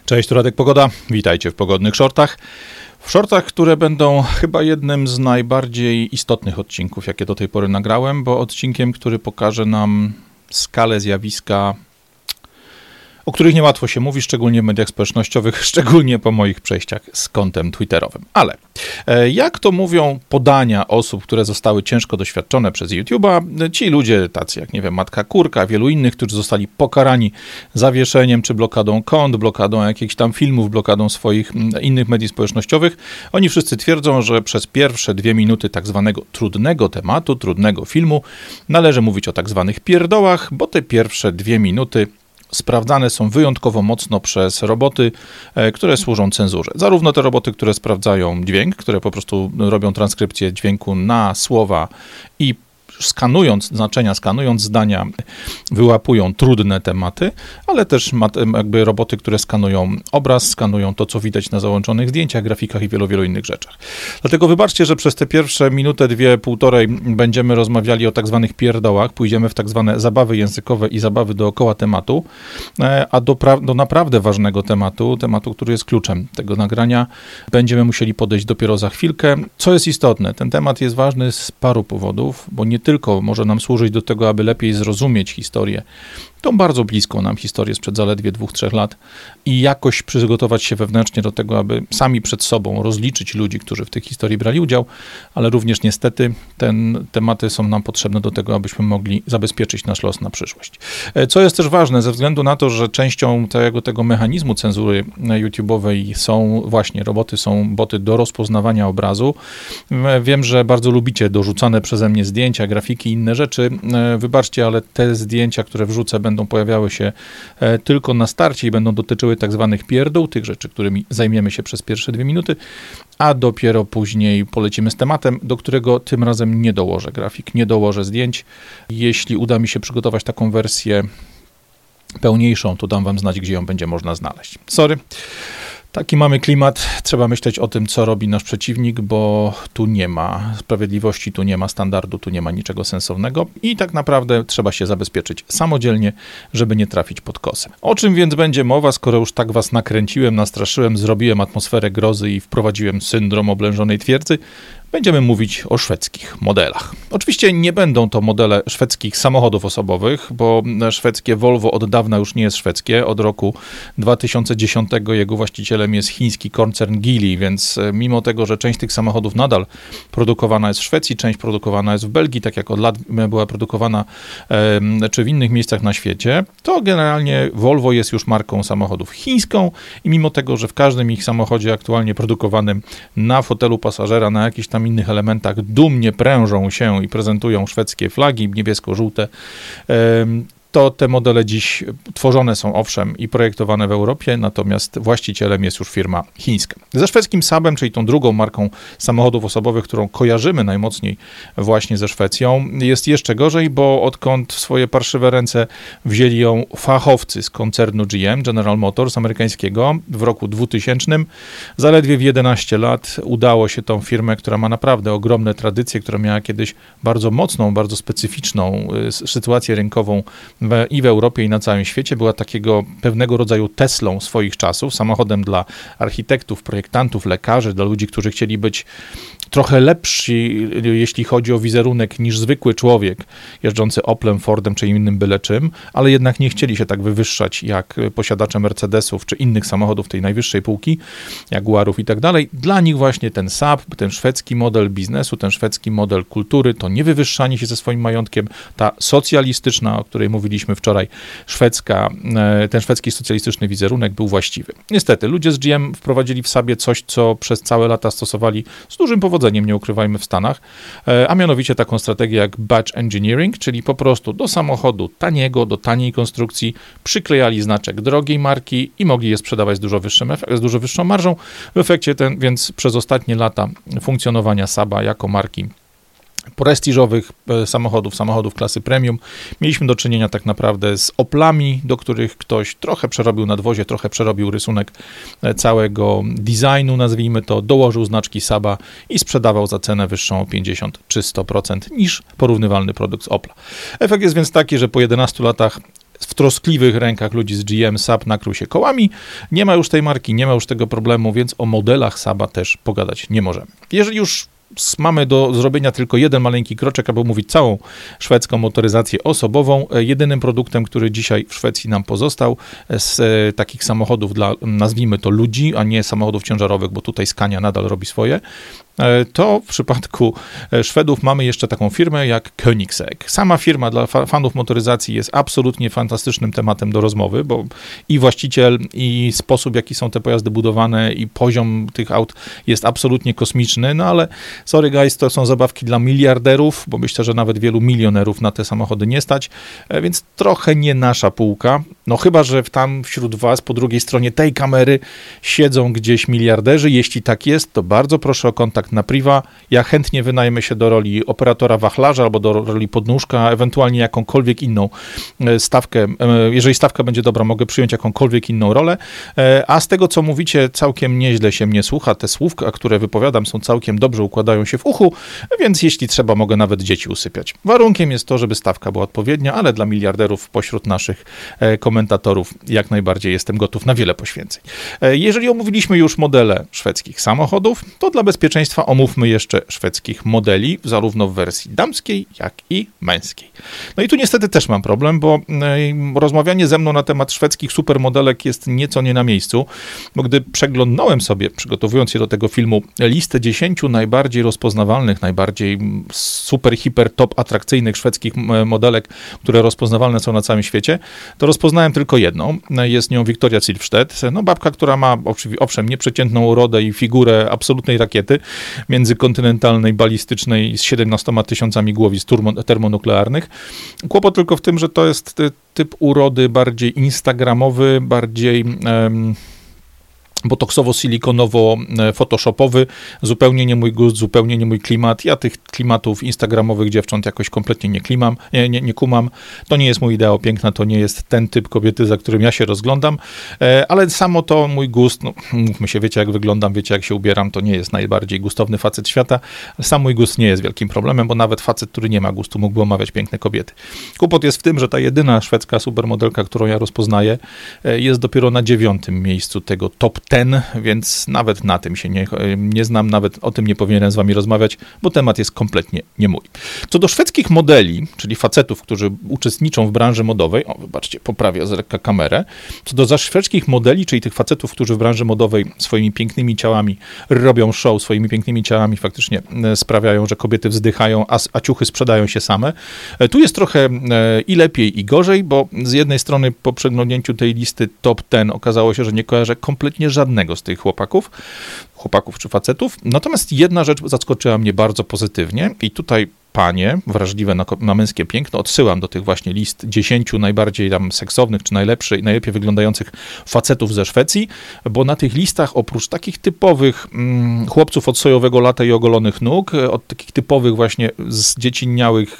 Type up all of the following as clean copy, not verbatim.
Cześć, tu Radek Pogoda. Witajcie w Pogodnych Shortach. W shortach, które będą chyba jednym z najbardziej istotnych odcinków, jakie do tej pory nagrałem, bo odcinkiem, który pokaże nam skalę zjawiska, o których niełatwo się mówi, szczególnie w mediach społecznościowych, szczególnie po moich przejściach z kontem twitterowym. Ale jak to mówią podania osób, które zostały ciężko doświadczone przez YouTube'a, ci ludzie tacy jak, nie wiem, Matka Kurka, wielu innych, którzy zostali pokarani zawieszeniem czy blokadą kont, blokadą jakichś tam filmów, blokadą swoich innych mediów społecznościowych, oni wszyscy twierdzą, że przez pierwsze 2 minuty tak zwanego trudnego tematu, trudnego filmu należy mówić o tak zwanych pierdołach, bo te pierwsze 2 minuty sprawdzane są wyjątkowo mocno przez roboty, które służą cenzurze. Zarówno te roboty, które sprawdzają dźwięk, które po prostu robią transkrypcję dźwięku na słowa i skanując znaczenia, skanując zdania, wyłapują trudne tematy, ale też jakby roboty, które skanują obraz, skanują to, co widać na załączonych zdjęciach, grafikach i wielu innych rzeczach. Dlatego wybaczcie, że przez te pierwsze minutę, 2, półtorej będziemy rozmawiali o tak zwanych pierdołach, pójdziemy w tak zwane zabawy językowe i zabawy dookoła tematu, a do naprawdę ważnego tematu, który jest kluczem tego nagrania, będziemy musieli podejść dopiero za chwilkę. Co jest istotne, ten temat jest ważny z paru powodów, bo nie tylko może nam służyć do tego, aby lepiej zrozumieć historię, tą bardzo bliską nam historię sprzed zaledwie 2-3 lat i jakoś przygotować się wewnętrznie do tego, aby sami przed sobą rozliczyć ludzi, którzy w tej historii brali udział, ale również niestety te tematy są nam potrzebne do tego, abyśmy mogli zabezpieczyć nasz los na przyszłość. Co jest też ważne, ze względu na to, że częścią tego mechanizmu cenzury YouTube'owej są właśnie roboty, są boty do rozpoznawania obrazu. Wiem, że bardzo lubicie dorzucane przeze mnie zdjęcia, grafiki i inne rzeczy. Wybaczcie, ale te zdjęcia, które wrzucę, będą pojawiały się tylko na starcie i będą dotyczyły tak zwanych pierdół, tych rzeczy, którymi zajmiemy się przez pierwsze 2 minuty, a dopiero później polecimy z tematem, do którego tym razem nie dołożę grafik, nie dołożę zdjęć. Jeśli uda mi się przygotować taką wersję pełniejszą, to dam wam znać, gdzie ją będzie można znaleźć. Sorry. Taki mamy klimat, trzeba myśleć o tym, co robi nasz przeciwnik, bo tu nie ma sprawiedliwości, tu nie ma standardu, tu nie ma niczego sensownego i tak naprawdę trzeba się zabezpieczyć samodzielnie, żeby nie trafić pod kosę. O czym więc będzie mowa, skoro już tak was nakręciłem, nastraszyłem, zrobiłem atmosferę grozy i wprowadziłem syndrom oblężonej twierdzy? Będziemy mówić o szwedzkich modelach. Oczywiście nie będą to modele szwedzkich samochodów osobowych, bo szwedzkie Volvo od dawna już nie jest szwedzkie. Od roku 2010 jego właścicielem jest chiński koncern Geely, więc mimo tego, że część tych samochodów nadal produkowana jest w Szwecji, część produkowana jest w Belgii, tak jak od lat była produkowana czy w innych miejscach na świecie, to generalnie Volvo jest już marką samochodów chińską i mimo tego, że w każdym ich samochodzie aktualnie produkowanym na fotelu pasażera, na jakichś tam innych elementach dumnie prężą się i prezentują szwedzkie flagi niebiesko-żółte, to te modele dziś tworzone są owszem i projektowane w Europie, natomiast właścicielem jest już firma chińska. Ze szwedzkim Saabem, czyli tą drugą marką samochodów osobowych, którą kojarzymy najmocniej właśnie ze Szwecją, jest jeszcze gorzej, bo odkąd w swoje parszywe ręce wzięli ją fachowcy z koncernu GM, General Motors amerykańskiego w roku 2000, zaledwie w 11 lat udało się tą firmę, która ma naprawdę ogromne tradycje, która miała kiedyś bardzo mocną, bardzo specyficzną sytuację rynkową i w Europie, i na całym świecie, była takiego pewnego rodzaju Teslą swoich czasów, samochodem dla architektów, projektantów, lekarzy, dla ludzi, którzy chcieli być trochę lepsi, jeśli chodzi o wizerunek, niż zwykły człowiek jeżdżący Oplem, Fordem czy innym byle czym, ale jednak nie chcieli się tak wywyższać jak posiadacze Mercedesów czy innych samochodów tej najwyższej półki, Jaguarów i tak dalej. Dla nich właśnie ten Saab, ten szwedzki model biznesu, ten szwedzki model kultury, to nie wywyższanie się ze swoim majątkiem, ta socjalistyczna, o której mówiliśmy wczoraj, ten szwedzki socjalistyczny wizerunek był właściwy. Niestety, ludzie z GM wprowadzili w Saabie coś, co przez całe lata stosowali z dużym powodzeniem, nie ukrywajmy, w Stanach, a mianowicie taką strategię jak badge engineering, czyli po prostu do samochodu taniego, do taniej konstrukcji przyklejali znaczek drogiej marki i mogli je sprzedawać z dużo wyższą marżą. W efekcie więc przez ostatnie lata funkcjonowania Saaba jako marki prestiżowych samochodów klasy premium. Mieliśmy do czynienia tak naprawdę z Oplami, do których ktoś trochę przerobił nadwozie, trochę przerobił rysunek całego designu, nazwijmy to, dołożył znaczki Saaba i sprzedawał za cenę wyższą o 50 czy 100% niż porównywalny produkt z Opla. Efekt jest więc taki, że po 11 latach w troskliwych rękach ludzi z GM Saab nakrył się kołami. Nie ma już tej marki, nie ma już tego problemu, więc o modelach Saaba też pogadać nie możemy. Jeżeli już mamy do zrobienia tylko jeden maleńki kroczek, aby omówić całą szwedzką motoryzację osobową, jedynym produktem, który dzisiaj w Szwecji nam pozostał z takich samochodów dla, nazwijmy to, ludzi, a nie samochodów ciężarowych, bo tutaj Scania nadal robi swoje, to w przypadku Szwedów mamy jeszcze taką firmę jak Koenigsegg. Sama firma dla fanów motoryzacji jest absolutnie fantastycznym tematem do rozmowy, bo i właściciel, i sposób, w jaki są te pojazdy budowane, i poziom tych aut jest absolutnie kosmiczny, no ale sorry guys, to są zabawki dla miliarderów, bo myślę, że nawet wielu milionerów na te samochody nie stać, więc trochę nie nasza półka. No chyba, że tam wśród was, po drugiej stronie tej kamery siedzą gdzieś miliarderzy. Jeśli tak jest, to bardzo proszę o kontakt na priwa. Ja chętnie wynajmę się do roli operatora wachlarza albo do roli podnóżka, ewentualnie jakąkolwiek inną stawkę. Jeżeli stawka będzie dobra, mogę przyjąć jakąkolwiek inną rolę. A z tego, co mówicie, całkiem nieźle się mnie słucha. Te słówka, które wypowiadam, są całkiem dobrze, układają się w uchu, więc jeśli trzeba, mogę nawet dzieci usypiać. Warunkiem jest to, żeby stawka była odpowiednia, ale dla miliarderów pośród naszych komentatorów jak najbardziej jestem gotów na wiele poświęceń. Jeżeli omówiliśmy już modele szwedzkich samochodów, to dla bezpieczeństwa omówmy jeszcze szwedzkich modeli, zarówno w wersji damskiej, jak i męskiej. No i tu niestety też mam problem, bo rozmawianie ze mną na temat szwedzkich supermodelek jest nieco nie na miejscu, bo gdy przeglądnąłem sobie, przygotowując się do tego filmu, listę 10 najbardziej rozpoznawalnych, najbardziej super, hiper, top atrakcyjnych szwedzkich modelek, które rozpoznawalne są na całym świecie, to rozpoznałem tylko jedną. Jest nią Victoria Silvstedt. No babka, która ma owszem nieprzeciętną urodę i figurę absolutnej rakiety międzykontynentalnej, balistycznej z 17 tysiącami głowic termonuklearnych. Kłopot tylko w tym, że to jest typ urody bardziej instagramowy, bardziej botoksowo-silikonowo-photoshopowy, zupełnie nie mój gust, zupełnie nie mój klimat. Ja tych klimatów instagramowych dziewcząt jakoś kompletnie nie kumam. To nie jest mój ideał piękna, to nie jest ten typ kobiety, za którym ja się rozglądam, ale samo to mój gust, no mówmy się, wiecie jak wyglądam, wiecie jak się ubieram, to nie jest najbardziej gustowny facet świata. Sam mój gust nie jest wielkim problemem, bo nawet facet, który nie ma gustu, mógłby omawiać piękne kobiety. Kłopot jest w tym, że ta jedyna szwedzka supermodelka, którą ja rozpoznaję, jest dopiero na 9. miejscu tego top 10, więc nawet na tym się nie znam, nawet o tym nie powinienem z wami rozmawiać, bo temat jest kompletnie nie mój. Co do szwedzkich modeli, czyli facetów, którzy uczestniczą w branży modowej, wybaczcie, poprawię z lekka kamerę, co do szwedzkich modeli, czyli tych facetów, którzy w branży modowej swoimi pięknymi ciałami robią show, swoimi pięknymi ciałami faktycznie sprawiają, że kobiety wzdychają, a ciuchy sprzedają się same. Tu jest trochę i lepiej, i gorzej, bo z jednej strony po przeglądnięciu tej listy top 10 okazało się, że nie kojarzę kompletnie żadnego z tych chłopaków czy facetów. Natomiast jedna rzecz zaskoczyła mnie bardzo pozytywnie i tutaj panie wrażliwe na męskie piękno odsyłam do tych właśnie list 10 najbardziej tam seksownych, czy najlepiej wyglądających facetów ze Szwecji, bo na tych listach oprócz takich typowych chłopców od sojowego lata i ogolonych nóg, od takich typowych właśnie zdziecinniałych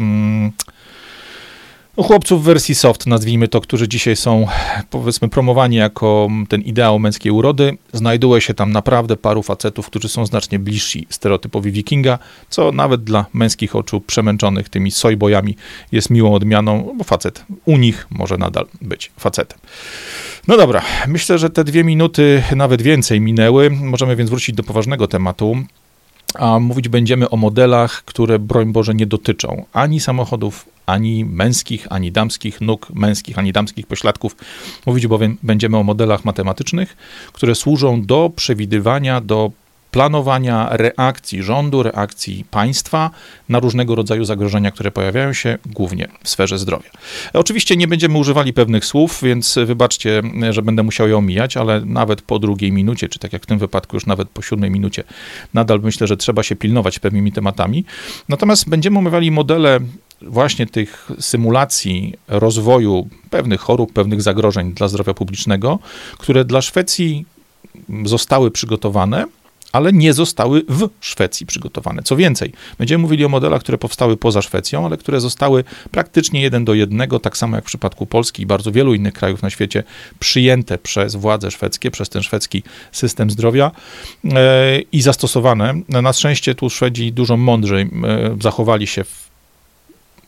chłopców w wersji soft, nazwijmy to, którzy dzisiaj są, powiedzmy, promowani jako ten ideał męskiej urody, znajduje się tam naprawdę paru facetów, którzy są znacznie bliżsi stereotypowi wikinga, co nawet dla męskich oczu przemęczonych tymi sojbojami jest miłą odmianą, bo facet u nich może nadal być facetem. No dobra, myślę, że te 2 minuty, nawet więcej minęły, możemy więc wrócić do poważnego tematu. A mówić będziemy o modelach, które, broń Boże, nie dotyczą ani samochodów, ani męskich, ani damskich nóg, męskich, ani damskich pośladków. Mówić bowiem będziemy o modelach matematycznych, które służą do przewidywania, do planowania reakcji rządu, reakcji państwa na różnego rodzaju zagrożenia, które pojawiają się głównie w sferze zdrowia. Oczywiście nie będziemy używali pewnych słów, więc wybaczcie, że będę musiał je omijać, ale nawet po 2 minucie, czy tak jak w tym wypadku już nawet po 7 minucie, nadal myślę, że trzeba się pilnować pewnymi tematami. Natomiast będziemy omawiali modele właśnie tych symulacji rozwoju pewnych chorób, pewnych zagrożeń dla zdrowia publicznego, które dla Szwecji zostały przygotowane, ale nie zostały w Szwecji przygotowane. Co więcej, będziemy mówili o modelach, które powstały poza Szwecją, ale które zostały praktycznie 1 do 1, tak samo jak w przypadku Polski i bardzo wielu innych krajów na świecie, przyjęte przez władze szwedzkie, przez ten szwedzki system zdrowia i zastosowane. Na szczęście tu Szwedzi dużo mądrzej zachowali się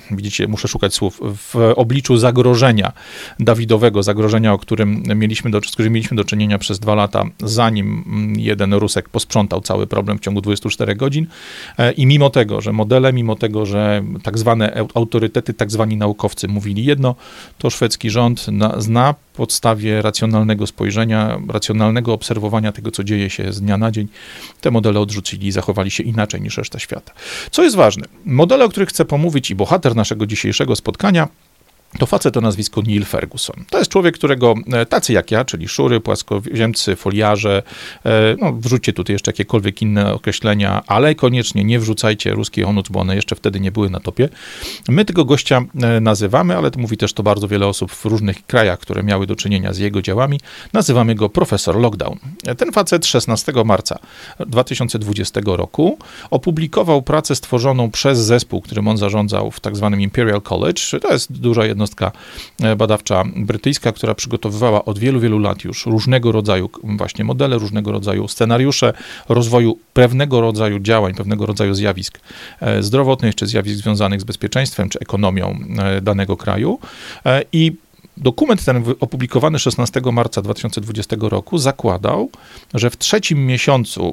widzicie, muszę szukać słów, w obliczu zagrożenia Dawidowego, zagrożenia, z którym mieliśmy do czynienia przez 2 lata, zanim jeden Rusek posprzątał cały problem w ciągu 24 godzin. I mimo tego, że tak zwane autorytety, tak zwani naukowcy mówili jedno, to szwedzki rząd na podstawie racjonalnego spojrzenia, racjonalnego obserwowania tego, co dzieje się z dnia na dzień, te modele odrzucili i zachowali się inaczej niż reszta świata. Co jest ważne, modele, o których chcę pomówić i bohater naszego dzisiejszego spotkania, to facet o nazwisku Neil Ferguson. To jest człowiek, którego tacy jak ja, czyli szury, płaskoziemcy, foliarze, wrzućcie tutaj jeszcze jakiekolwiek inne określenia, ale koniecznie nie wrzucajcie ruski onut, bo one jeszcze wtedy nie były na topie. My tego gościa nazywamy, ale to mówi też to bardzo wiele osób w różnych krajach, które miały do czynienia z jego dziełami, nazywamy go profesor Lockdown. Ten facet 16 marca 2020 roku opublikował pracę stworzoną przez zespół, którym on zarządzał w tak zwanym Imperial College. To jest duża jednostka badawcza brytyjska, która przygotowywała od wielu, wielu lat już różnego rodzaju właśnie modele, różnego rodzaju scenariusze rozwoju pewnego rodzaju działań, pewnego rodzaju zjawisk zdrowotnych, czy zjawisk związanych z bezpieczeństwem, czy ekonomią danego kraju. I dokument ten opublikowany 16 marca 2020 roku zakładał, że w 3. miesiącu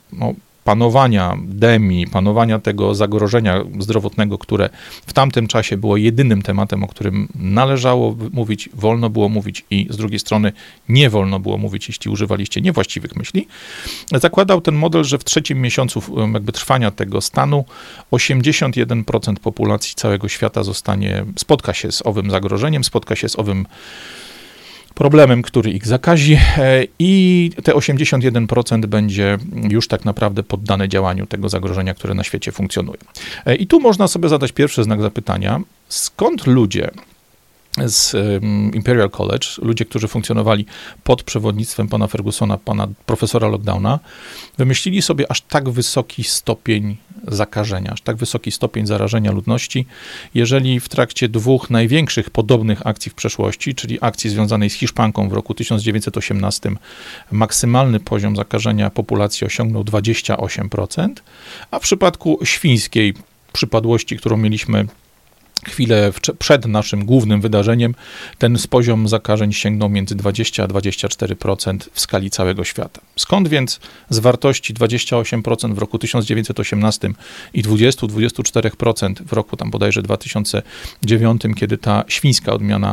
panowania tego zagrożenia zdrowotnego, które w tamtym czasie było jedynym tematem, o którym należało mówić, wolno było mówić i z drugiej strony nie wolno było mówić, jeśli używaliście niewłaściwych myśli, zakładał ten model, że w 3. miesiącu trwania tego stanu 81% populacji całego świata spotka się z owym zagrożeniem, spotka się z owym problemem, który ich zakazi i te 81% będzie już tak naprawdę poddane działaniu tego zagrożenia, które na świecie funkcjonuje. I tu można sobie zadać pierwszy znak zapytania, skąd ludzie z Imperial College, ludzie, którzy funkcjonowali pod przewodnictwem pana Fergusona, pana profesora Lockdowna, wymyślili sobie aż tak wysoki stopień zakażenia, aż tak wysoki stopień zarażenia ludności, jeżeli w trakcie 2 największych podobnych akcji w przeszłości, czyli akcji związanej z Hiszpanką w roku 1918, maksymalny poziom zakażenia populacji osiągnął 28%, a w przypadku świńskiej przypadłości, którą mieliśmy chwilę przed naszym głównym wydarzeniem, ten poziom zakażeń sięgnął między 20 a 24% w skali całego świata. Skąd więc z wartości 28% w roku 1918 i 20-24% w roku tam bodajże 2009, kiedy ta świńska odmiana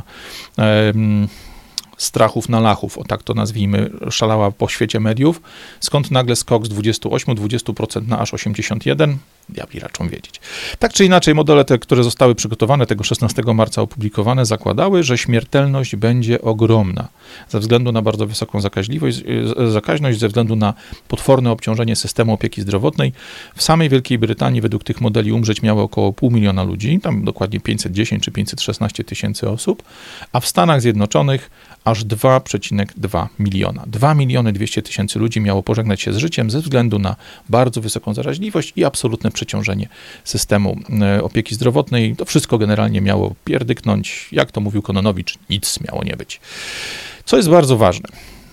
strachów na lachów, o tak to nazwijmy, szalała po świecie mediów, skąd nagle skok z 28-20% na aż 81%? Diabli raczą wiedzieć. Tak czy inaczej, modele te, które zostały przygotowane tego 16 marca opublikowane, zakładały, że śmiertelność będzie ogromna ze względu na bardzo wysoką zakaźność, ze względu na potworne obciążenie systemu opieki zdrowotnej. W samej Wielkiej Brytanii według tych modeli umrzeć miało około 500 000 ludzi, tam dokładnie 510 czy 516 tysięcy osób, a w Stanach Zjednoczonych aż 2,2 miliona. 2 200 000 ludzi miało pożegnać się z życiem ze względu na bardzo wysoką zaraźliwość i absolutne przeciążenie systemu opieki zdrowotnej. To wszystko generalnie miało pierdyknąć, jak to mówił Kononowicz, nic miało nie być. Co jest bardzo ważne,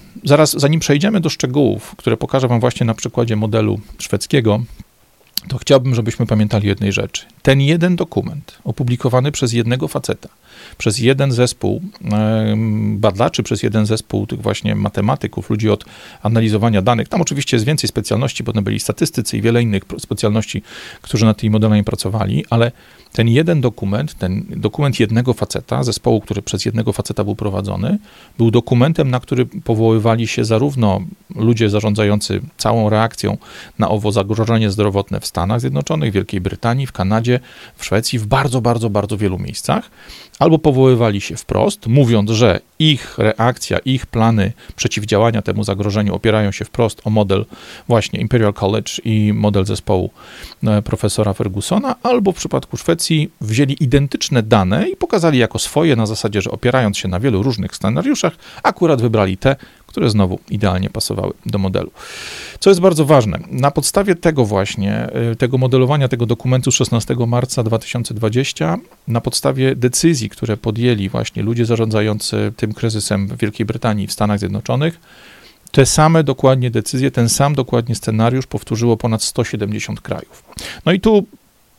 zanim przejdziemy do szczegółów, które pokażę wam właśnie na przykładzie modelu szwedzkiego, to chciałbym, żebyśmy pamiętali jednej rzeczy. Ten jeden dokument opublikowany przez jednego faceta, przez jeden zespół badaczy, przez jeden zespół tych właśnie matematyków, ludzi od analizowania danych. Tam oczywiście jest więcej specjalności, bo byli statystycy i wiele innych specjalności, którzy nad tymi modelami pracowali, ale ten jeden dokument, ten dokument jednego faceta, zespołu, który przez jednego faceta był prowadzony, był dokumentem, na który powoływali się zarówno ludzie zarządzający całą reakcją na owo zagrożenie zdrowotne w Stanach Zjednoczonych, Wielkiej Brytanii, w Kanadzie, w Szwecji, w bardzo, bardzo, bardzo wielu miejscach, albo powoływali się wprost, mówiąc, że ich reakcja, ich plany przeciwdziałania temu zagrożeniu opierają się wprost o model właśnie Imperial College i model zespołu profesora Fergusona, albo w przypadku Szwecji wzięli identyczne dane i pokazali jako swoje na zasadzie, że opierając się na wielu różnych scenariuszach, akurat wybrali te, które znowu idealnie pasowały do modelu. Co jest bardzo ważne, na podstawie tego właśnie, tego modelowania, tego dokumentu z 16 marca 2020, na podstawie decyzji, które podjęli właśnie ludzie zarządzający tym kryzysem w Wielkiej Brytanii i w Stanach Zjednoczonych, te same dokładnie decyzje, ten sam dokładnie scenariusz powtórzyło ponad 170 krajów. No i tu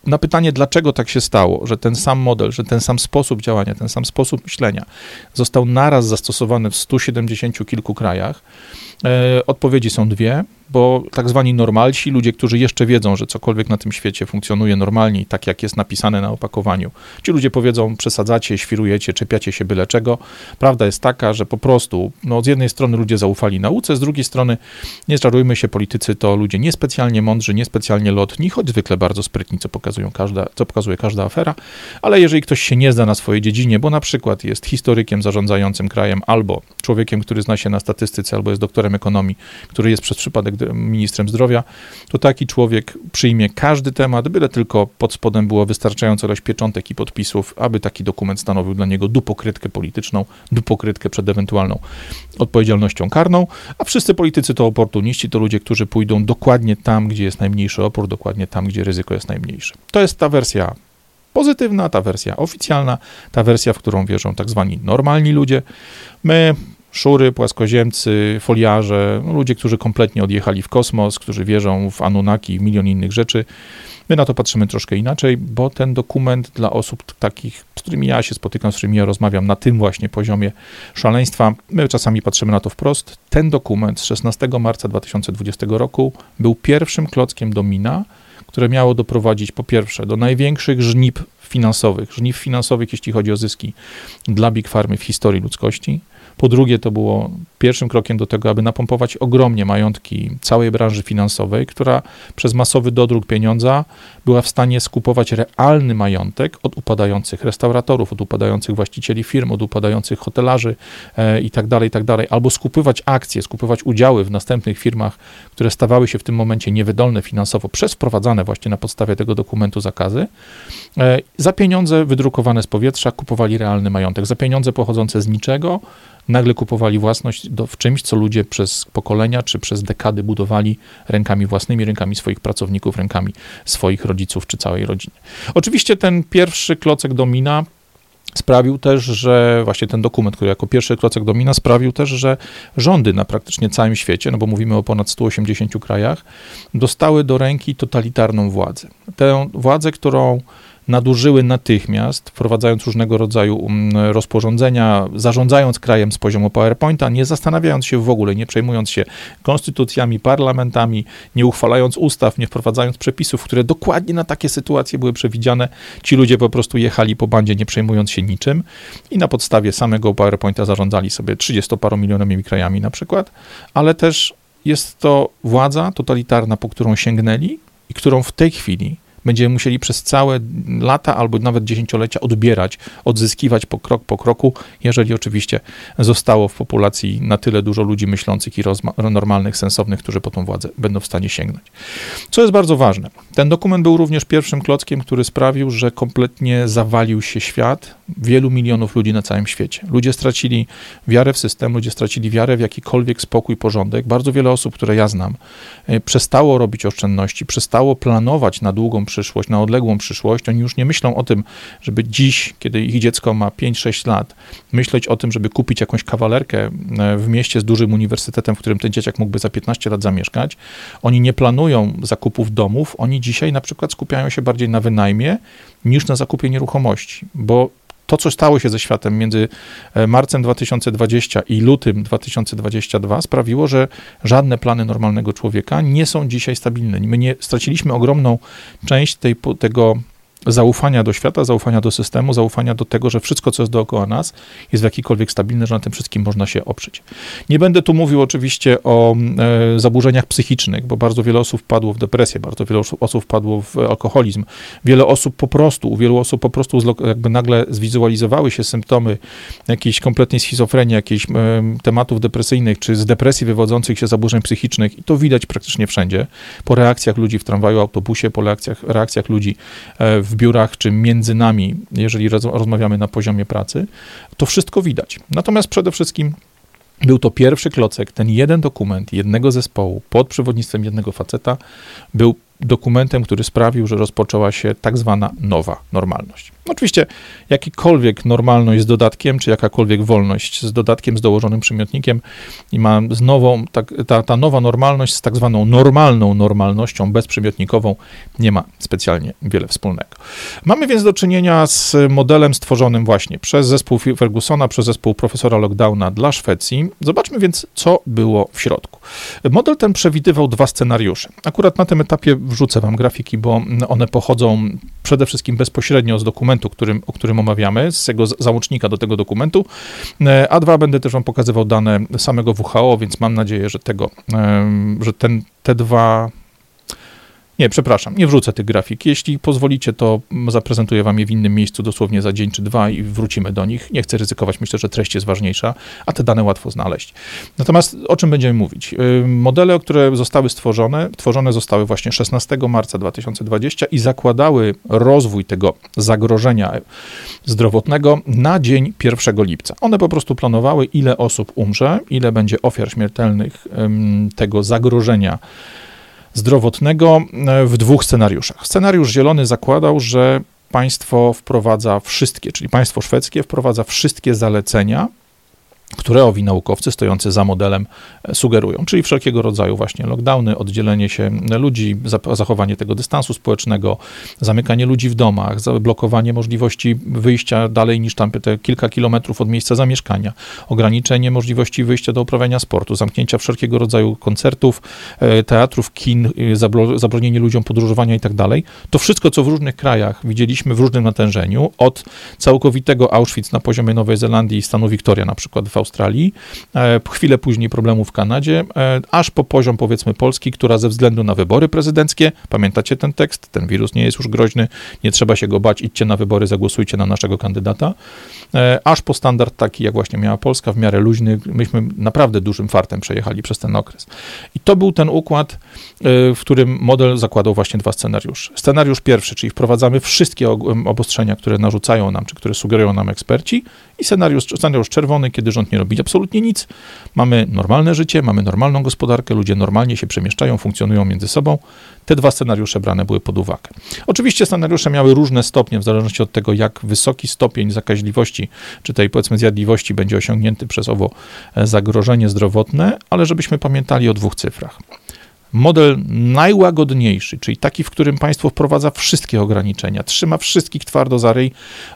na pytanie, dlaczego tak się stało, że ten sam model, że ten sam sposób działania, ten sam sposób myślenia został naraz zastosowany w 170 kilku krajach, odpowiedzi są dwie, bo tak zwani normalsi, ludzie, którzy jeszcze wiedzą, że cokolwiek na tym świecie funkcjonuje normalnie i tak, jak jest napisane na opakowaniu, ci ludzie powiedzą, przesadzacie, świrujecie, czepiacie się byle czego. Prawda jest taka, że po prostu, z jednej strony ludzie zaufali nauce, z drugiej strony, nie czarujmy się, politycy to ludzie niespecjalnie mądrzy, niespecjalnie lotni, choć zwykle bardzo sprytni, co pokazuje każda afera, ale jeżeli ktoś się nie zna na swojej dziedzinie, bo na przykład jest historykiem zarządzającym krajem, albo człowiekiem, który zna się na statystyce, albo jest doktorem ekonomii, który jest przez przypadek ministrem zdrowia, to taki człowiek przyjmie każdy temat, byle tylko pod spodem było wystarczająco ilość pieczątek i podpisów, aby taki dokument stanowił dla niego dupokrytkę polityczną, dupokrytkę przed ewentualną odpowiedzialnością karną, a wszyscy politycy to oportuniści, to ludzie, którzy pójdą dokładnie tam, gdzie jest najmniejszy opór, dokładnie tam, gdzie ryzyko jest najmniejsze. To jest ta wersja pozytywna, ta wersja oficjalna, ta wersja, w którą wierzą tak zwani normalni ludzie. My, szury, płaskoziemcy, foliarze, ludzie, którzy kompletnie odjechali w kosmos, którzy wierzą w Anunnaki i milion innych rzeczy. My na to patrzymy troszkę inaczej, bo ten dokument dla osób takich, z którymi ja się spotykam, z którymi ja rozmawiam na tym właśnie poziomie szaleństwa, my czasami patrzymy na to wprost. Ten dokument z 16 marca 2020 roku był pierwszym klockiem domina, które miało doprowadzić po pierwsze do największych żniw finansowych, jeśli chodzi o zyski dla Big Pharmy w historii ludzkości. Po drugie, to było pierwszym krokiem do tego, aby napompować ogromnie majątki całej branży finansowej, która przez masowy dodruk pieniądza była w stanie skupować realny majątek od upadających restauratorów, od upadających właścicieli firm, od upadających hotelarzy i tak dalej, albo skupywać akcje, skupywać udziały w następnych firmach, które stawały się w tym momencie niewydolne finansowo przez wprowadzane właśnie na podstawie tego dokumentu zakazy. Za pieniądze wydrukowane z powietrza kupowali realny majątek. Za pieniądze pochodzące z niczego nagle kupowali własność w czymś, co ludzie przez pokolenia czy przez dekady budowali rękami własnymi, rękami swoich pracowników, rękami swoich rodziców czy całej rodziny. Oczywiście ten pierwszy klocek domina sprawił też, że właśnie ten dokument, który jako pierwszy klocek domina, sprawił też, że rządy na praktycznie całym świecie, no bo mówimy o ponad 180 krajach, dostały do ręki totalitarną władzę. Tę władzę, którą nadużyły natychmiast, wprowadzając różnego rodzaju rozporządzenia, zarządzając krajem z poziomu PowerPointa, nie zastanawiając się w ogóle, nie przejmując się konstytucjami, parlamentami, nie uchwalając ustaw, nie wprowadzając przepisów, które dokładnie na takie sytuacje były przewidziane. Ci ludzie po prostu jechali po bandzie, nie przejmując się niczym i na podstawie samego PowerPointa zarządzali sobie 30-paromilionowymi krajami na przykład, ale też jest to władza totalitarna, po którą sięgnęli i którą w tej chwili będziemy musieli przez całe lata albo nawet dziesięciolecia odbierać, odzyskiwać krok po kroku, jeżeli oczywiście zostało w populacji na tyle dużo ludzi myślących i normalnych, sensownych, którzy po tą władzę będą w stanie sięgnąć. Co jest bardzo ważne, ten dokument był również pierwszym klockiem, który sprawił, że kompletnie zawalił się świat wielu milionów ludzi na całym świecie. Ludzie stracili wiarę w system, ludzie stracili wiarę w jakikolwiek spokój, porządek. Bardzo wiele osób, które ja znam, przestało robić oszczędności, przestało planować na długą przyszłość, na odległą przyszłość. Oni już nie myślą o tym, żeby dziś, kiedy ich dziecko ma 5-6 lat, myśleć o tym, żeby kupić jakąś kawalerkę w mieście z dużym uniwersytetem, w którym ten dzieciak mógłby za 15 lat zamieszkać. Oni nie planują zakupów domów. Oni dzisiaj na przykład skupiają się bardziej na wynajmie niż na zakupie nieruchomości, bo to, co stało się ze światem między marcem 2020 i lutym 2022 sprawiło, że żadne plany normalnego człowieka nie są dzisiaj stabilne. My straciliśmy ogromną część tego zaufania do świata, zaufania do systemu, zaufania do tego, że wszystko, co jest dookoła nas, jest w jakikolwiek stabilne, że na tym wszystkim można się oprzeć. Nie będę tu mówił oczywiście o zaburzeniach psychicznych, bo bardzo wiele osób wpadło w depresję, bardzo wiele osób wpadło w alkoholizm. U wielu osób po prostu jakby nagle zwizualizowały się symptomy jakiejś kompletnej schizofrenii, jakichś tematów depresyjnych, czy z depresji wywodzących się zaburzeń psychicznych i to widać praktycznie wszędzie. Po reakcjach ludzi w tramwaju, autobusie, po reakcjach ludzi w biurach, czy między nami, jeżeli rozmawiamy na poziomie pracy, to wszystko widać. Natomiast przede wszystkim był to pierwszy klocek, ten jeden dokument, jednego zespołu, pod przewodnictwem jednego faceta, był dokumentem, który sprawił, że rozpoczęła się tak zwana nowa normalność. Oczywiście jakikolwiek normalność z dodatkiem, czy jakakolwiek wolność z dodatkiem, z dołożonym przymiotnikiem i ma z nową, ta nowa normalność z tak zwaną normalną normalnością bezprzymiotnikową nie ma specjalnie wiele wspólnego. Mamy więc do czynienia z modelem stworzonym właśnie przez zespół Fergusona, przez zespół profesora Lockdowna dla Szwecji. Zobaczmy więc, co było w środku. Model ten przewidywał 2 scenariusze. Akurat na tym etapie wrzucę wam grafiki, bo one pochodzą przede wszystkim bezpośrednio z dokumentu, o którym omawiamy, z tego załącznika do tego dokumentu. A 2 będę też wam pokazywał dane samego WHO, więc mam nadzieję, że te 2... Nie, przepraszam, nie wrzucę tych grafik. Jeśli pozwolicie, to zaprezentuję wam je w innym miejscu, dosłownie za dzień czy 2 i wrócimy do nich. Nie chcę ryzykować, myślę, że treść jest ważniejsza, a te dane łatwo znaleźć. Natomiast o czym będziemy mówić? Modele, które zostały tworzone zostały właśnie 16 marca 2020 i zakładały rozwój tego zagrożenia zdrowotnego na dzień 1 lipca. One po prostu planowały, ile osób umrze, ile będzie ofiar śmiertelnych tego zagrożenia zdrowotnego w 2 scenariuszach. Scenariusz zielony zakładał, że państwo wprowadza wszystkie, czyli państwo szwedzkie wprowadza wszystkie zalecenia, które owi naukowcy stojący za modelem sugerują, czyli wszelkiego rodzaju właśnie lockdowny, oddzielenie się ludzi, zachowanie tego dystansu społecznego, zamykanie ludzi w domach, zablokowanie możliwości wyjścia dalej niż tam te kilka kilometrów od miejsca zamieszkania, ograniczenie możliwości wyjścia do uprawiania sportu, zamknięcia wszelkiego rodzaju koncertów, teatrów, kin, zabronienie ludziom podróżowania i tak dalej. To wszystko, co w różnych krajach widzieliśmy w różnym natężeniu, od całkowitego Auschwitz na poziomie Nowej Zelandii i stanu Victoria na przykład w Australii, chwilę później problemów w Kanadzie, aż po poziom, powiedzmy, Polski, która ze względu na wybory prezydenckie, pamiętacie ten tekst, ten wirus nie jest już groźny, nie trzeba się go bać, idźcie na wybory, zagłosujcie na naszego kandydata, aż po standard taki, jak właśnie miała Polska, w miarę luźny, myśmy naprawdę dużym fartem przejechali przez ten okres. I to był ten układ, w którym model zakładał właśnie 2 scenariusze. Scenariusz pierwszy, czyli wprowadzamy wszystkie obostrzenia, które narzucają nam, czy które sugerują nam eksperci, i scenariusz czerwony, kiedy rząd nie robi absolutnie nic. Mamy normalne życie, mamy normalną gospodarkę, ludzie normalnie się przemieszczają, funkcjonują między sobą. Te 2 scenariusze brane były pod uwagę. Oczywiście scenariusze miały różne stopnie, w zależności od tego, jak wysoki stopień zakaźliwości, czy tej, powiedzmy, zjadliwości będzie osiągnięty przez owo zagrożenie zdrowotne, ale żebyśmy pamiętali o 2 cyfrach. Model najłagodniejszy, czyli taki, w którym państwo wprowadza wszystkie ograniczenia, trzyma wszystkich twardo za ryj,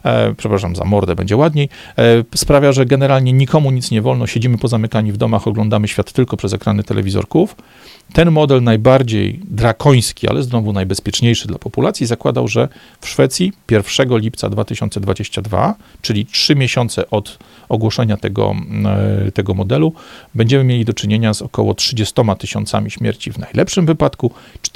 za mordę będzie ładniej, sprawia, że generalnie nikomu nic nie wolno, siedzimy pozamykani w domach, oglądamy świat tylko przez ekrany telewizorków. Ten model najbardziej drakoński, ale znowu najbezpieczniejszy dla populacji, zakładał, że w Szwecji 1 lipca 2022, czyli 3 miesiące od ogłoszenia tego modelu, będziemy mieli do czynienia z około 30 000 śmierci w najlepszym wypadku,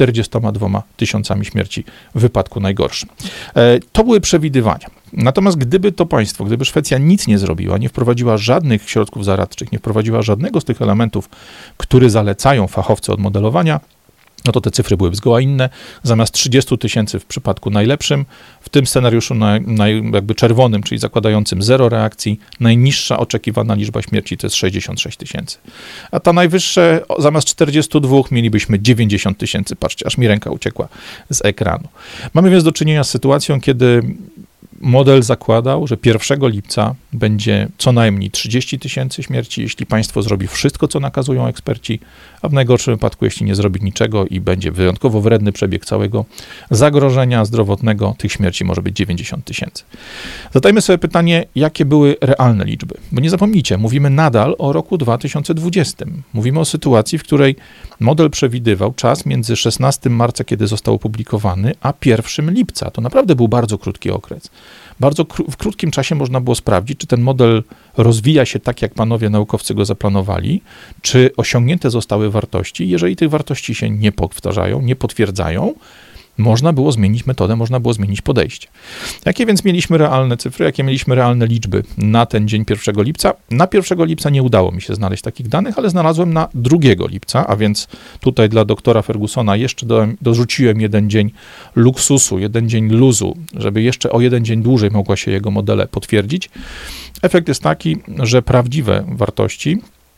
42 000 śmierci w wypadku najgorszym. To były przewidywania. Natomiast gdyby Szwecja nic nie zrobiła, nie wprowadziła żadnych środków zaradczych, nie wprowadziła żadnego z tych elementów, które zalecają fachowcy od modelowania, no to te cyfry były zgoła inne. Zamiast 30 000 w przypadku najlepszym, w tym scenariuszu jakby czerwonym, czyli zakładającym 0 reakcji, najniższa oczekiwana liczba śmierci to jest 66 000. A ta najwyższa, zamiast 42 mielibyśmy 90 000. Patrzcie, aż mi ręka uciekła z ekranu. Mamy więc do czynienia z sytuacją, kiedy model zakładał, że 1 lipca będzie co najmniej 30 000 śmierci, jeśli państwo zrobi wszystko, co nakazują eksperci, a w najgorszym wypadku, jeśli nie zrobi niczego i będzie wyjątkowo wredny przebieg całego zagrożenia zdrowotnego, tych śmierci może być 90 000. Zadajmy sobie pytanie, jakie były realne liczby. Bo nie zapomnijcie, mówimy nadal o roku 2020. Mówimy o sytuacji, w której model przewidywał czas między 16 marca, kiedy został opublikowany, a 1 lipca. To naprawdę był bardzo krótki okres. W krótkim czasie można było sprawdzić, czy ten model rozwija się tak, jak panowie naukowcy go zaplanowali, czy osiągnięte zostały wartości. Jeżeli tych wartości się nie powtarzają, nie potwierdzają, można było zmienić metodę, można było zmienić podejście. Jakie więc mieliśmy realne cyfry, jakie mieliśmy realne liczby na ten dzień 1 lipca? Na 1 lipca nie udało mi się znaleźć takich danych, ale znalazłem na 2 lipca, a więc tutaj dla doktora Fergusona jeszcze dorzuciłem 1 dzień luksusu, 1 dzień luzu, żeby jeszcze o 1 dzień dłużej mogła się jego modele potwierdzić. Efekt jest taki, że prawdziwe wartości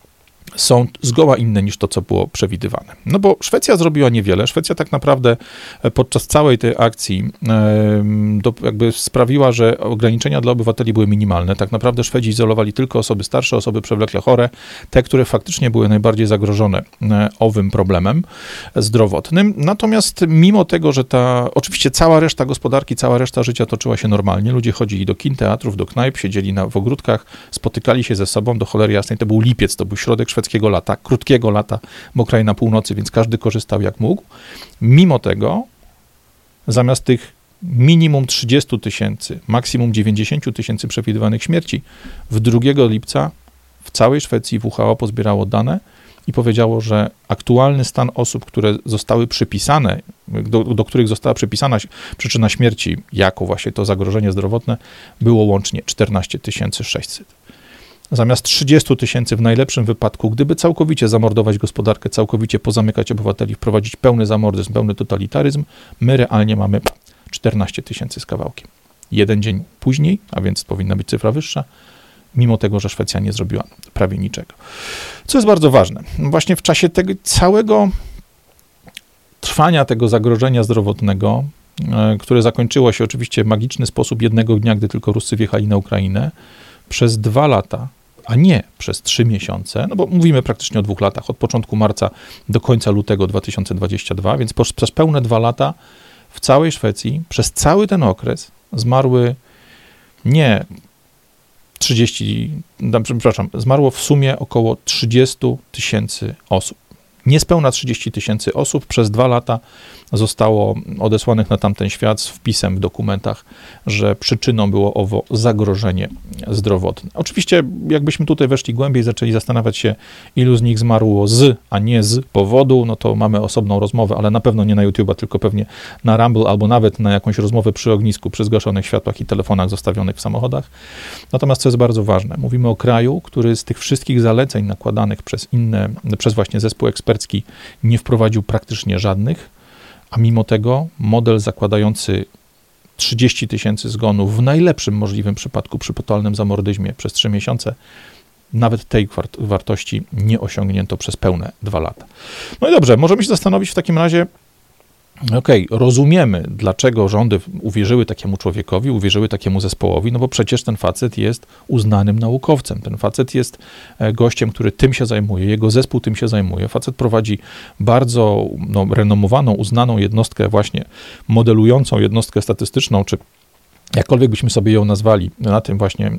są zgoła inne niż to, co było przewidywane. No bo Szwecja zrobiła niewiele. Szwecja tak naprawdę podczas całej tej akcji jakby sprawiła, że ograniczenia dla obywateli były minimalne. Tak naprawdę Szwedzi izolowali tylko osoby starsze, osoby przewlekle chore, te, które faktycznie były najbardziej zagrożone owym problemem zdrowotnym. Natomiast mimo tego, że oczywiście cała reszta gospodarki, cała reszta życia toczyła się normalnie, ludzie chodzili do kin, teatrów, do knajp, siedzieli w ogródkach, spotykali się ze sobą, do cholery jasnej, to był lipiec, to był środek szwedzkiego lata, krótkiego lata, bo kraj na północy, więc każdy korzystał jak mógł. Mimo tego, zamiast tych minimum 30 000, maksimum 90 000 przewidywanych śmierci, w 2 lipca w całej Szwecji WHO pozbierało dane i powiedziało, że aktualny stan osób, które zostały przypisane, do których została przypisana przyczyna śmierci, jako właśnie to zagrożenie zdrowotne, było łącznie 14 600. Zamiast 30 000 w najlepszym wypadku, gdyby całkowicie zamordować gospodarkę, całkowicie pozamykać obywateli, wprowadzić pełny zamordyzm, pełny totalitaryzm, my realnie mamy 14 000 z kawałkiem. Jeden dzień później, a więc powinna być cyfra wyższa, mimo tego, że Szwecja nie zrobiła prawie niczego. Co jest bardzo ważne, właśnie w czasie tego całego trwania tego zagrożenia zdrowotnego, które zakończyło się oczywiście w magiczny sposób jednego dnia, gdy tylko Ruscy wjechali na Ukrainę, przez 2 lata, a nie przez 3 miesiące, no bo mówimy praktycznie o 2 latach, od początku marca do końca lutego 2022, więc przez pełne 2 lata w całej Szwecji, przez cały ten okres zmarły nie 30, w sumie około 30 000 osób. Niespełna 30 000 osób przez 2 lata zostało odesłanych na tamten świat z wpisem w dokumentach, że przyczyną było owo zagrożenie zdrowotne. Oczywiście, jakbyśmy tutaj weszli głębiej, zaczęli zastanawiać się, ilu z nich zmarło a nie z powodu, no to mamy osobną rozmowę, ale na pewno nie na YouTube'a, tylko pewnie na Rumble albo nawet na jakąś rozmowę przy ognisku, przy zgaszonych światłach i telefonach zostawionych w samochodach. Natomiast co jest bardzo ważne, mówimy o kraju, który z tych wszystkich zaleceń nakładanych przez właśnie zespół ekspercki nie wprowadził praktycznie żadnych, a mimo tego model zakładający 30 000 zgonów w najlepszym możliwym przypadku przy totalnym zamordyzmie przez 3 miesiące, nawet tej wartości nie osiągnięto przez pełne 2 lata. No i dobrze, możemy się zastanowić w takim razie, rozumiemy, dlaczego rządy uwierzyły takiemu człowiekowi, uwierzyły takiemu zespołowi, no bo przecież ten facet jest uznanym naukowcem. Ten facet jest gościem, który tym się zajmuje, jego zespół tym się zajmuje. Facet prowadzi bardzo renomowaną, uznaną jednostkę, właśnie modelującą jednostkę statystyczną, czy jakkolwiek byśmy sobie ją nazwali, na tym właśnie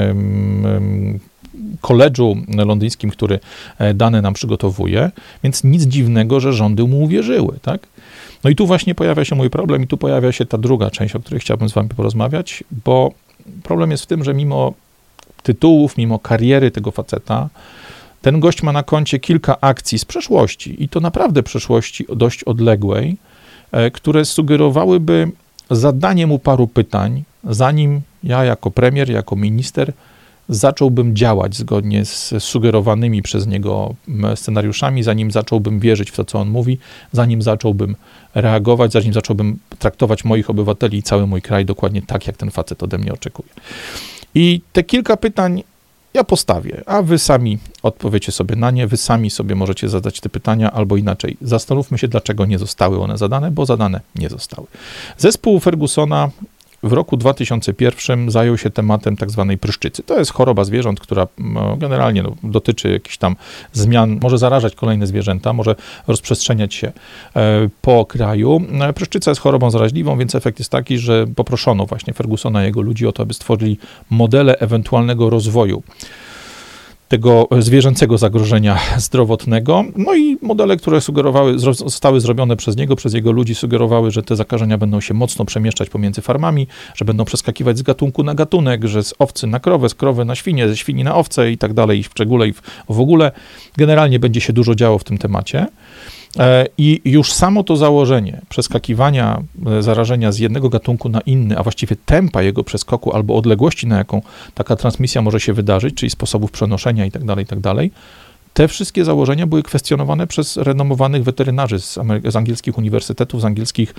koledżu londyńskim, który dane nam przygotowuje, więc nic dziwnego, że rządy mu uwierzyły, tak? No i tu właśnie pojawia się mój problem i tu pojawia się ta druga część, o której chciałbym z wami porozmawiać, bo problem jest w tym, że mimo tytułów, mimo kariery tego faceta, ten gość ma na koncie kilka akcji z przeszłości i to naprawdę przeszłości dość odległej, które sugerowałyby zadanie mu paru pytań, zanim ja jako premier, jako minister zacząłbym działać zgodnie z sugerowanymi przez niego scenariuszami, zanim zacząłbym wierzyć w to, co on mówi, zanim zacząłbym reagować, zanim zacząłbym traktować moich obywateli i cały mój kraj dokładnie tak, jak ten facet ode mnie oczekuje. I te kilka pytań ja postawię, a wy sami odpowiecie sobie na nie, wy sami sobie możecie zadać te pytania, albo inaczej. Zastanówmy się, dlaczego nie zostały one zadane, bo zadane nie zostały. Zespół Fergusona w roku 2001 zajął się tematem tak zwanej pryszczycy. To jest choroba zwierząt, która generalnie dotyczy jakichś tam zmian, może zarażać kolejne zwierzęta, może rozprzestrzeniać się po kraju. Pryszczyca jest chorobą zaraźliwą, więc efekt jest taki, że poproszono właśnie Fergusona i jego ludzi o to, aby stworzyli modele ewentualnego rozwoju tego zwierzęcego zagrożenia zdrowotnego. No i modele, które zostały zrobione przez niego, przez jego ludzi, sugerowały, że te zakażenia będą się mocno przemieszczać pomiędzy farmami, że będą przeskakiwać z gatunku na gatunek, że z owcy na krowę, z krowy na świnię, ze świni na owce i tak dalej, i w szczególe i w ogóle. Generalnie będzie się dużo działo w tym temacie. I już samo to założenie przeskakiwania zarażenia z jednego gatunku na inny, a właściwie tempa jego przeskoku albo odległości, na jaką taka transmisja może się wydarzyć, czyli sposobów przenoszenia i tak dalej, Te wszystkie założenia były kwestionowane przez renomowanych weterynarzy z angielskich uniwersytetów, z angielskich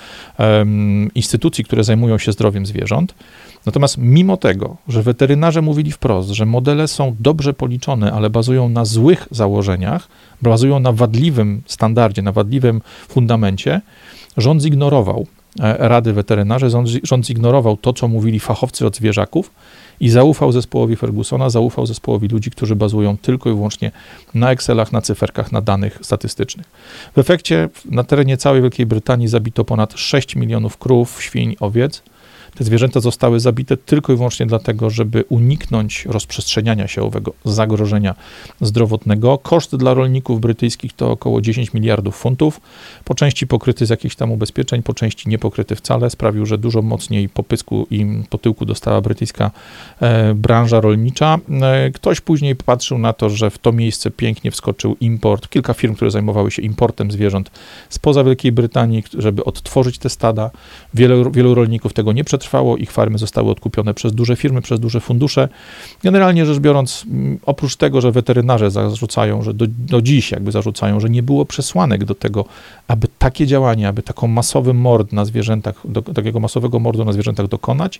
instytucji, które zajmują się zdrowiem zwierząt. Natomiast mimo tego, że weterynarze mówili wprost, że modele są dobrze policzone, ale bazują na złych założeniach, bazują na wadliwym standardzie, na wadliwym fundamencie, rząd zignorował rady weterynarzy, rząd zignorował to, co mówili fachowcy od zwierzaków i zaufał zespołowi Fergusona, zaufał zespołowi ludzi, którzy bazują tylko i wyłącznie na Excelach, na cyferkach, na danych statystycznych. W efekcie na terenie całej Wielkiej Brytanii zabito ponad 6 milionów krów, świń, owiec. Te zwierzęta zostały zabite tylko i wyłącznie dlatego, żeby uniknąć rozprzestrzeniania się owego zagrożenia zdrowotnego. Koszt dla rolników brytyjskich to około 10 miliardów funtów, po części pokryty z jakichś tam ubezpieczeń, po części niepokryty wcale. Sprawił, że dużo mocniej po pysku i po tyłku dostała brytyjska branża rolnicza. Ktoś później patrzył na to, że w to miejsce pięknie wskoczył import. Kilka firm, które zajmowały się importem zwierząt spoza Wielkiej Brytanii, żeby odtworzyć te stada. Wielu rolników tego nie przetrwało, ich farmy zostały odkupione przez duże firmy, przez duże fundusze. Generalnie rzecz biorąc, oprócz tego, że weterynarze zarzucają, że do dziś jakby zarzucają, że nie było przesłanek do tego, aby takie działanie, aby taką masowy mord na zwierzętach, takiego masowego mordu na zwierzętach dokonać,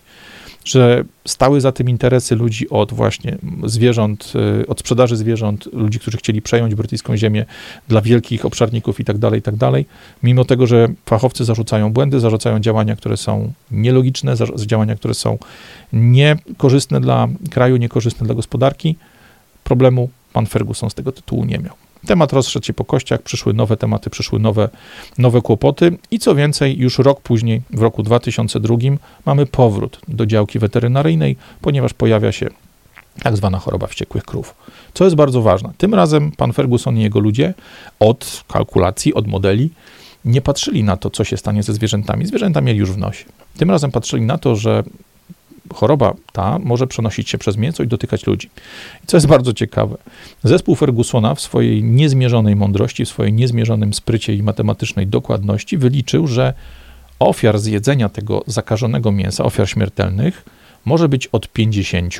że stały za tym interesy ludzi od właśnie zwierząt, od sprzedaży zwierząt, ludzi, którzy chcieli przejąć brytyjską ziemię dla wielkich obszarników i tak dalej, mimo tego, że fachowcy zarzucają błędy, zarzucają działania, które są nielogiczne, działania, które są niekorzystne dla kraju, niekorzystne dla gospodarki, problemu pan Ferguson z tego tytułu nie miał. Temat rozszedł się po kościach, przyszły nowe tematy, przyszły nowe kłopoty i co więcej, już rok później, w roku 2002 mamy powrót do działki weterynaryjnej, ponieważ pojawia się tak zwana choroba wściekłych krów. Co jest bardzo ważne, tym razem pan Ferguson i jego ludzie od kalkulacji, od modeli nie patrzyli na to, co się stanie ze zwierzętami. Zwierzęta mieli już w nosie. Tym razem patrzyli na to, że choroba ta może przenosić się przez mięso i dotykać ludzi. I co jest bardzo ciekawe, zespół Fergusona w swojej niezmierzonej mądrości, w swojej niezmierzonym sprycie i matematycznej dokładności wyliczył, że ofiar z jedzenia tego zakażonego mięsa, ofiar śmiertelnych, może być od 50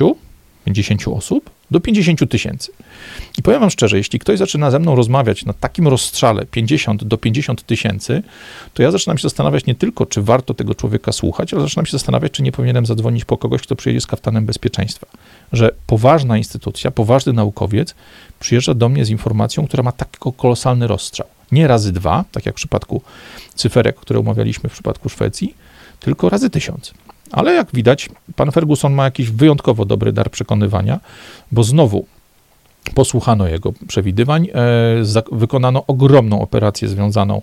osób do 50 tysięcy. I powiem wam szczerze, jeśli ktoś zaczyna ze mną rozmawiać na takim rozstrzale 50 do 50 tysięcy, to ja zaczynam się zastanawiać nie tylko, czy warto tego człowieka słuchać, ale zaczynam się zastanawiać, czy nie powinienem zadzwonić po kogoś, kto przyjedzie z kaftanem bezpieczeństwa. Że poważna instytucja, poważny naukowiec przyjeżdża do mnie z informacją, która ma taki kolosalny rozstrzał. Nie razy 2, tak jak w przypadku cyferek, które omawialiśmy w przypadku Szwecji, tylko razy 1000. Ale jak widać, pan Ferguson ma jakiś wyjątkowo dobry dar przekonywania, bo znowu posłuchano jego przewidywań, wykonano ogromną operację związaną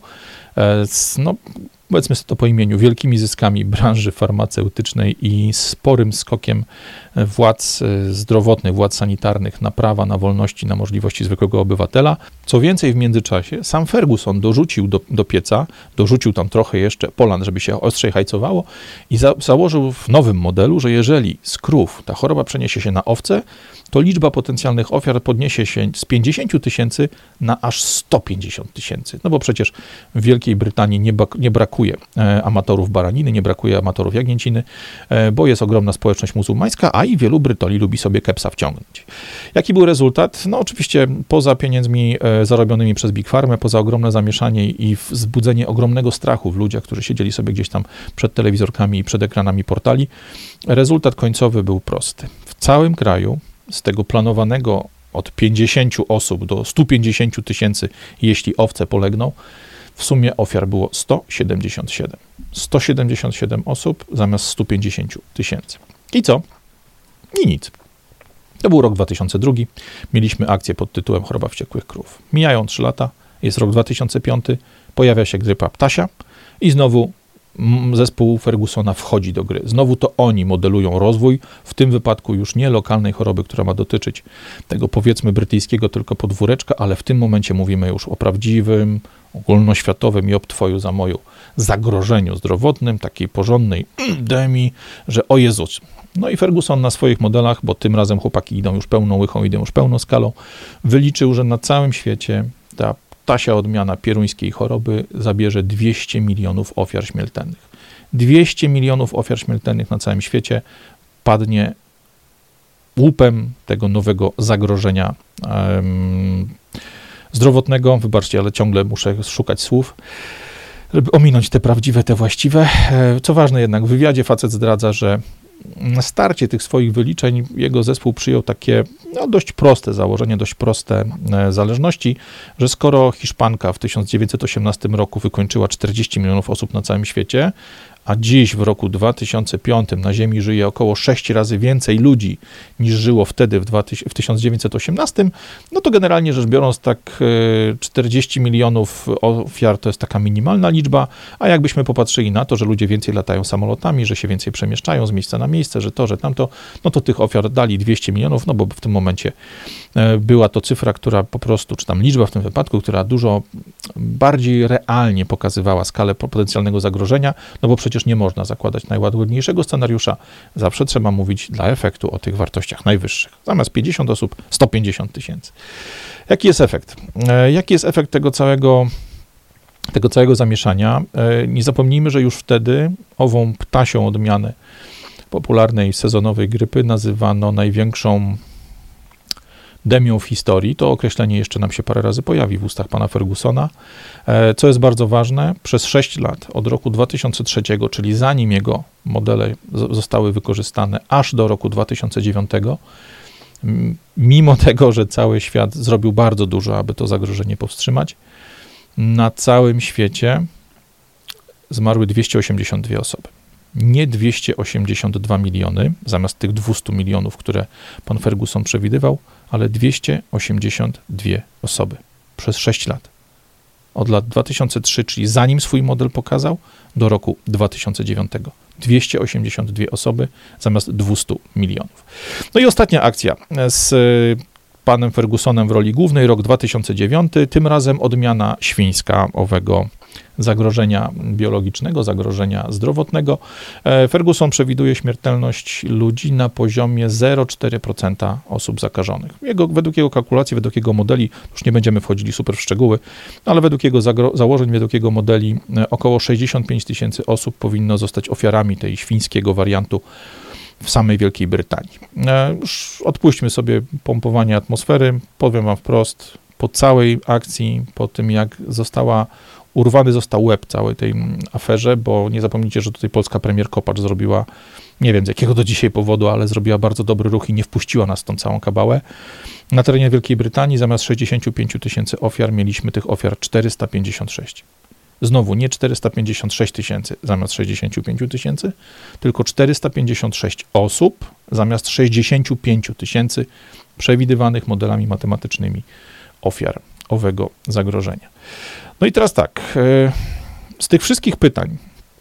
z, powiedzmy sobie to po imieniu, wielkimi zyskami branży farmaceutycznej i sporym skokiem władz zdrowotnych, władz sanitarnych na prawa, na wolności, na możliwości zwykłego obywatela. Co więcej, w międzyczasie sam Ferguson dorzucił do pieca, dorzucił tam trochę jeszcze polan, żeby się ostrzej hajcowało i założył w nowym modelu, że jeżeli z krów ta choroba przeniesie się na owce, to liczba potencjalnych ofiar podniesie się z 50 tysięcy na aż 150 tysięcy. No bo przecież w Wielkiej Brytanii nie brakuje amatorów baraniny, nie brakuje amatorów jagnięciny, bo jest ogromna społeczność muzułmańska, a i wielu Brytoli lubi sobie kepsa wciągnąć. Jaki był rezultat? No oczywiście poza pieniędzmi zarobionymi przez Big Pharmę, poza ogromne zamieszanie i wzbudzenie ogromnego strachu w ludziach, którzy siedzieli sobie gdzieś tam przed telewizorkami i przed ekranami portali, rezultat końcowy był prosty. W całym kraju z tego planowanego od 50 osób do 150 tysięcy, jeśli owce polegną, w sumie ofiar było 177. 177 osób zamiast 150 tysięcy. I co? I nic. To był rok 2002. Mieliśmy akcję pod tytułem Choroba wściekłych krów. Mijają 3 lata, jest rok 2005, pojawia się grypa ptasia i znowu zespół Fergusona wchodzi do gry. Znowu to oni modelują rozwój, w tym wypadku już nie lokalnej choroby, która ma dotyczyć tego powiedzmy brytyjskiego tylko podwóreczka, ale w tym momencie mówimy już o prawdziwym, ogólnoświatowym i obtwoju zamoju zagrożeniu zdrowotnym, takiej porządnej endemii, że o Jezus. No i Ferguson na swoich modelach, bo tym razem chłopaki idą już pełną łychą, idą już pełną skalą, wyliczył, że na całym świecie ta ptasia odmiana pieruńskiej choroby zabierze 200 milionów ofiar śmiertelnych. 200 milionów ofiar śmiertelnych na całym świecie padnie łupem tego nowego zagrożenia zdrowotnego. Wybaczcie, ale ciągle muszę szukać słów, żeby ominąć te prawdziwe, te właściwe. Co ważne jednak, w wywiadzie facet zdradza, że na starcie tych swoich wyliczeń jego zespół przyjął takie dość proste założenie, dość proste zależności, że skoro Hiszpanka w 1918 roku wykończyła 40 milionów osób na całym świecie, a dziś w roku 2005 na Ziemi żyje około 6 razy więcej ludzi niż żyło wtedy w 1918, no to generalnie rzecz biorąc tak 40 milionów ofiar to jest taka minimalna liczba, a jakbyśmy popatrzyli na to, że ludzie więcej latają samolotami, że się więcej przemieszczają z miejsca na miejsce, że to, że tamto, no to tych ofiar dali 200 milionów, no bo w tym momencie była to cyfra, która po prostu, czy tam liczba w tym wypadku, która dużo bardziej realnie pokazywała skalę potencjalnego zagrożenia, no bo przecież nie można zakładać najłagodniejszego scenariusza, zawsze trzeba mówić dla efektu o tych wartościach najwyższych. Zamiast 50 osób, 150 tysięcy. Jaki jest efekt? Jaki jest efekt tego całego zamieszania? Nie zapomnijmy, że już wtedy ową ptasią odmianę popularnej sezonowej grypy nazywano największą demią w historii. To określenie jeszcze nam się parę razy pojawi w ustach pana Fergusona. Co jest bardzo ważne, przez 6 lat, od roku 2003, czyli zanim jego modele zostały wykorzystane, aż do roku 2009, mimo tego, że cały świat zrobił bardzo dużo, aby to zagrożenie powstrzymać, na całym świecie zmarły 282 osoby. Nie 282 miliony, zamiast tych 200 milionów, które pan Ferguson przewidywał, ale 282 osoby przez 6 lat. Od lat 2003, czyli zanim swój model pokazał, do roku 2009. 282 osoby zamiast 200 milionów. No i ostatnia akcja z panem Fergusonem w roli głównej, rok 2009, tym razem odmiana świńska owego zagrożenia biologicznego, zagrożenia zdrowotnego. Ferguson przewiduje śmiertelność ludzi na poziomie 0,4% osób zakażonych. Według jego kalkulacji, według jego modeli, już nie będziemy wchodzili super w szczegóły, ale według jego założeń, według jego modeli około 65 tysięcy osób powinno zostać ofiarami tej świńskiego wariantu w samej Wielkiej Brytanii. Już odpuśćmy sobie pompowanie atmosfery, powiem wam wprost, po całej akcji, po tym jak urwany został łeb całej tej aferze, bo nie zapomnijcie, że tutaj polska premier Kopacz zrobiła, nie wiem z jakiego do dzisiaj powodu, ale zrobiła bardzo dobry ruch i nie wpuściła nas w tą całą kabałę. Na terenie Wielkiej Brytanii zamiast 65 tysięcy ofiar mieliśmy tych ofiar 456. Znowu nie 456 tysięcy zamiast 65 tysięcy, tylko 456 osób zamiast 65 tysięcy przewidywanych modelami matematycznymi ofiar owego zagrożenia. No i teraz tak, z tych wszystkich pytań,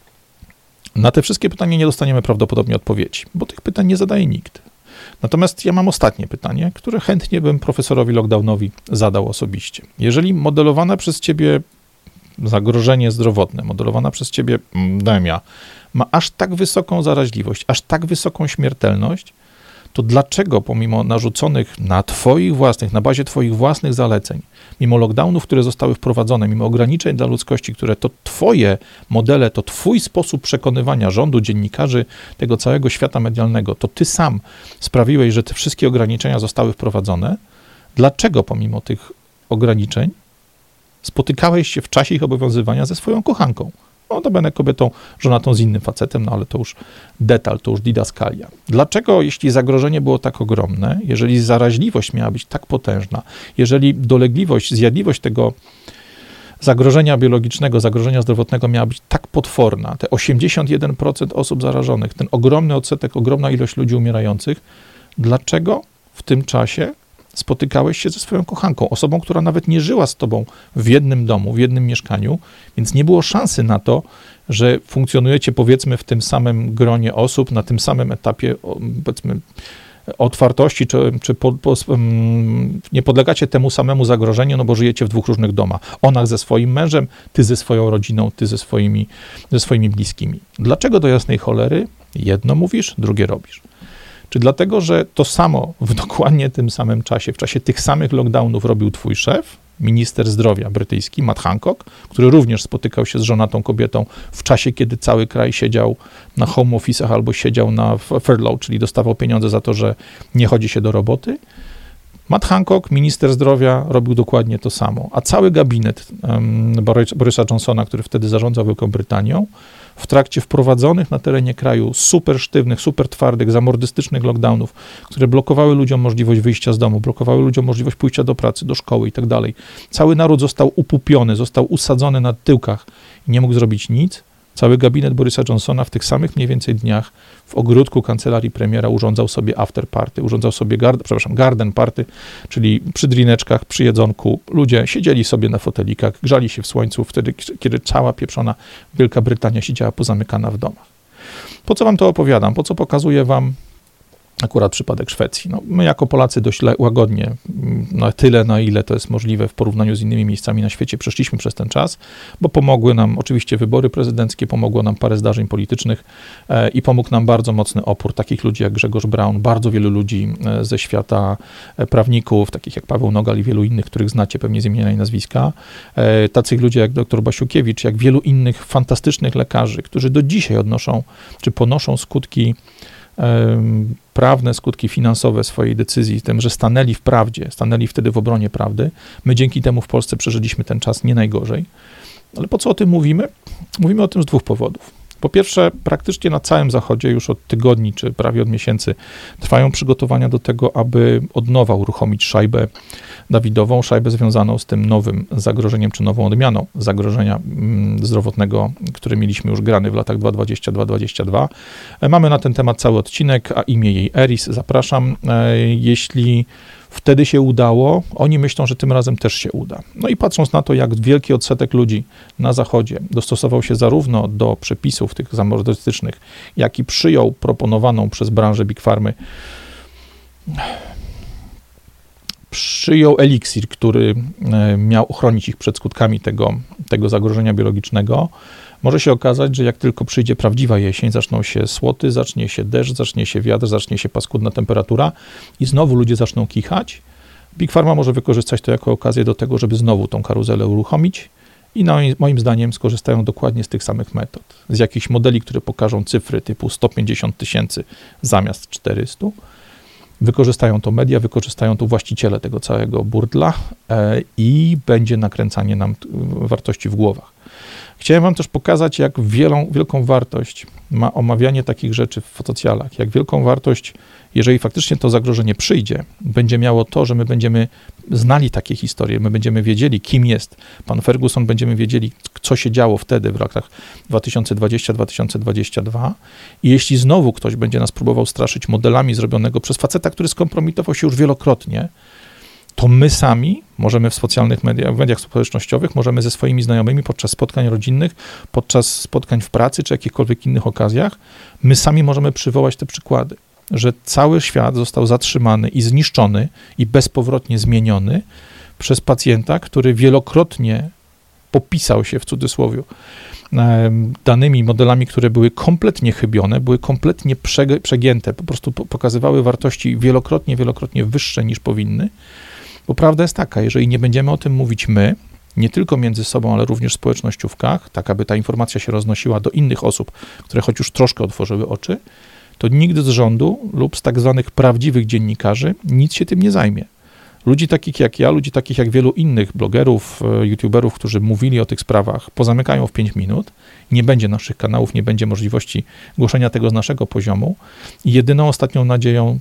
na te wszystkie pytania nie dostaniemy prawdopodobnie odpowiedzi, bo tych pytań nie zadaje nikt. Natomiast ja mam ostatnie pytanie, które chętnie bym profesorowi Lockdownowi zadał osobiście. Jeżeli modelowane przez ciebie zagrożenie zdrowotne, modelowana przez ciebie pandemia ma aż tak wysoką zaraźliwość, aż tak wysoką śmiertelność, to dlaczego pomimo narzuconych na bazie twoich własnych zaleceń, mimo lockdownów, które zostały wprowadzone, mimo ograniczeń dla ludzkości, które to twoje modele, to twój sposób przekonywania rządu, dziennikarzy, tego całego świata medialnego, to ty sam sprawiłeś, że te wszystkie ograniczenia zostały wprowadzone, dlaczego pomimo tych ograniczeń spotykałeś się w czasie ich obowiązywania ze swoją kochanką? Notabene kobietą, żonatą z innym facetem, no ale to już detal, to już didaskalia. Dlaczego, jeśli zagrożenie było tak ogromne, jeżeli zaraźliwość miała być tak potężna, jeżeli dolegliwość, zjadliwość tego zagrożenia biologicznego, zagrożenia zdrowotnego miała być tak potworna, te 81% osób zarażonych, ten ogromny odsetek, ogromna ilość ludzi umierających, dlaczego w tym czasie spotykałeś się ze swoją kochanką, osobą, która nawet nie żyła z tobą w jednym domu, w jednym mieszkaniu, więc nie było szansy na to, że funkcjonujecie, powiedzmy, w tym samym gronie osób, na tym samym etapie, powiedzmy, otwartości, czy nie podlegacie temu samemu zagrożeniu, no bo żyjecie w dwóch różnych domach. Ona ze swoim mężem, ty ze swoją rodziną, ty ze swoimi bliskimi. Dlaczego do jasnej cholery jedno mówisz, drugie robisz? Czy dlatego, że to samo w dokładnie tym samym czasie, w czasie tych samych lockdownów robił twój szef? minister zdrowia brytyjski, Matt Hancock, który również spotykał się z żonatą kobietą w czasie, kiedy cały kraj siedział na home office'ach albo siedział na furlough, czyli dostawał pieniądze za to, że nie chodzi się do roboty. Matt Hancock, minister zdrowia, robił dokładnie to samo, a cały gabinet Borisa Johnsona, który wtedy zarządzał Wielką Brytanią, w trakcie wprowadzonych na terenie kraju super sztywnych, super twardych, zamordystycznych lockdownów, które blokowały ludziom możliwość wyjścia z domu, blokowały ludziom możliwość pójścia do pracy, do szkoły i tak dalej. Cały naród został upupiony, został usadzony na tyłkach i nie mógł zrobić nic. Cały gabinet Borisa Johnsona w tych samych mniej więcej dniach w ogródku kancelarii premiera urządzał sobie after party, urządzał sobie garden party, czyli przy drineczkach, przy jedzonku. Ludzie siedzieli sobie na fotelikach, grzali się w słońcu wtedy, kiedy cała pieprzona Wielka Brytania siedziała pozamykana w domach. Po co wam to opowiadam? Po co pokazuję wam akurat przypadek Szwecji? No, my jako Polacy dość łagodnie, na tyle, na ile to jest możliwe w porównaniu z innymi miejscami na świecie, przeszliśmy przez ten czas, bo pomogły nam oczywiście wybory prezydenckie, pomogło nam parę zdarzeń politycznych i pomógł nam bardzo mocny opór takich ludzi jak Grzegorz Braun, bardzo wielu ludzi ze świata prawników, takich jak Paweł Nogal i wielu innych, których znacie pewnie z imienia i nazwiska, tacy ludzie jak dr Basiukiewicz, jak wielu innych fantastycznych lekarzy, którzy do dzisiaj odnoszą, czy ponoszą skutki prawne, skutki finansowe swojej decyzji, tym, że stanęli w prawdzie, stanęli wtedy w obronie prawdy. My dzięki temu w Polsce przeżyliśmy ten czas nie najgorzej. Ale po co o tym mówimy? Mówimy o tym z dwóch powodów. Po pierwsze, praktycznie na całym Zachodzie już od tygodni, czy prawie od miesięcy trwają przygotowania do tego, aby od nowa uruchomić szajbę Dawidową, szajbę związaną z tym nowym zagrożeniem, czy nową odmianą zagrożenia zdrowotnego, które mieliśmy już grany w latach 2020-2022. Mamy na ten temat cały odcinek, a imię jej ERIS. Zapraszam. Jeśli wtedy się udało, oni myślą, że tym razem też się uda. No i patrząc na to, jak wielki odsetek ludzi na Zachodzie dostosował się zarówno do przepisów tych zamordystycznych, jak i przyjął proponowaną przez branżę Big Pharmy, przyjął eliksir, który miał ochronić ich przed skutkami tego zagrożenia biologicznego, może się okazać, że jak tylko przyjdzie prawdziwa jesień, zaczną się słoty, zacznie się deszcz, zacznie się wiatr, zacznie się paskudna temperatura i znowu ludzie zaczną kichać. Big Pharma może wykorzystać to jako okazję do tego, żeby znowu tą karuzelę uruchomić i moim zdaniem skorzystają dokładnie z tych samych metod. Z jakichś modeli, które pokażą cyfry typu 150 000 zamiast 400. Wykorzystają to media, wykorzystają to właściciele tego całego burdla i będzie nakręcanie nam wartości w głowach. Chciałem wam też pokazać, jak wielką wartość ma omawianie takich rzeczy w socjalach, jak wielką wartość, jeżeli faktycznie to zagrożenie przyjdzie, będzie miało to, że my będziemy znali takie historie, my będziemy wiedzieli, kim jest pan Ferguson, będziemy wiedzieli, co się działo wtedy w latach 2020-2022 i jeśli znowu ktoś będzie nas próbował straszyć modelami zrobionego przez faceta, który skompromitował się już wielokrotnie, to my sami możemy w socjalnych mediach, w mediach społecznościowych, możemy ze swoimi znajomymi podczas spotkań rodzinnych, podczas spotkań w pracy czy jakichkolwiek innych okazjach, my sami możemy przywołać te przykłady, że cały świat został zatrzymany i zniszczony i bezpowrotnie zmieniony przez pacjenta, który wielokrotnie popisał się w cudzysłowie danymi modelami, które były kompletnie chybione, były kompletnie przegięte, po prostu pokazywały wartości wielokrotnie wyższe niż powinny. Bo prawda jest taka, jeżeli nie będziemy o tym mówić my, nie tylko między sobą, ale również w społecznościówkach, tak aby ta informacja się roznosiła do innych osób, które choć już troszkę otworzyły oczy, to nikt z rządu lub z tak zwanych prawdziwych dziennikarzy nic się tym nie zajmie. Ludzi takich jak ja, ludzi takich jak wielu innych blogerów, youtuberów, którzy mówili o tych sprawach, pozamykają w 5 minut, nie będzie naszych kanałów, nie będzie możliwości głoszenia tego z naszego poziomu i jedyną ostatnią nadzieją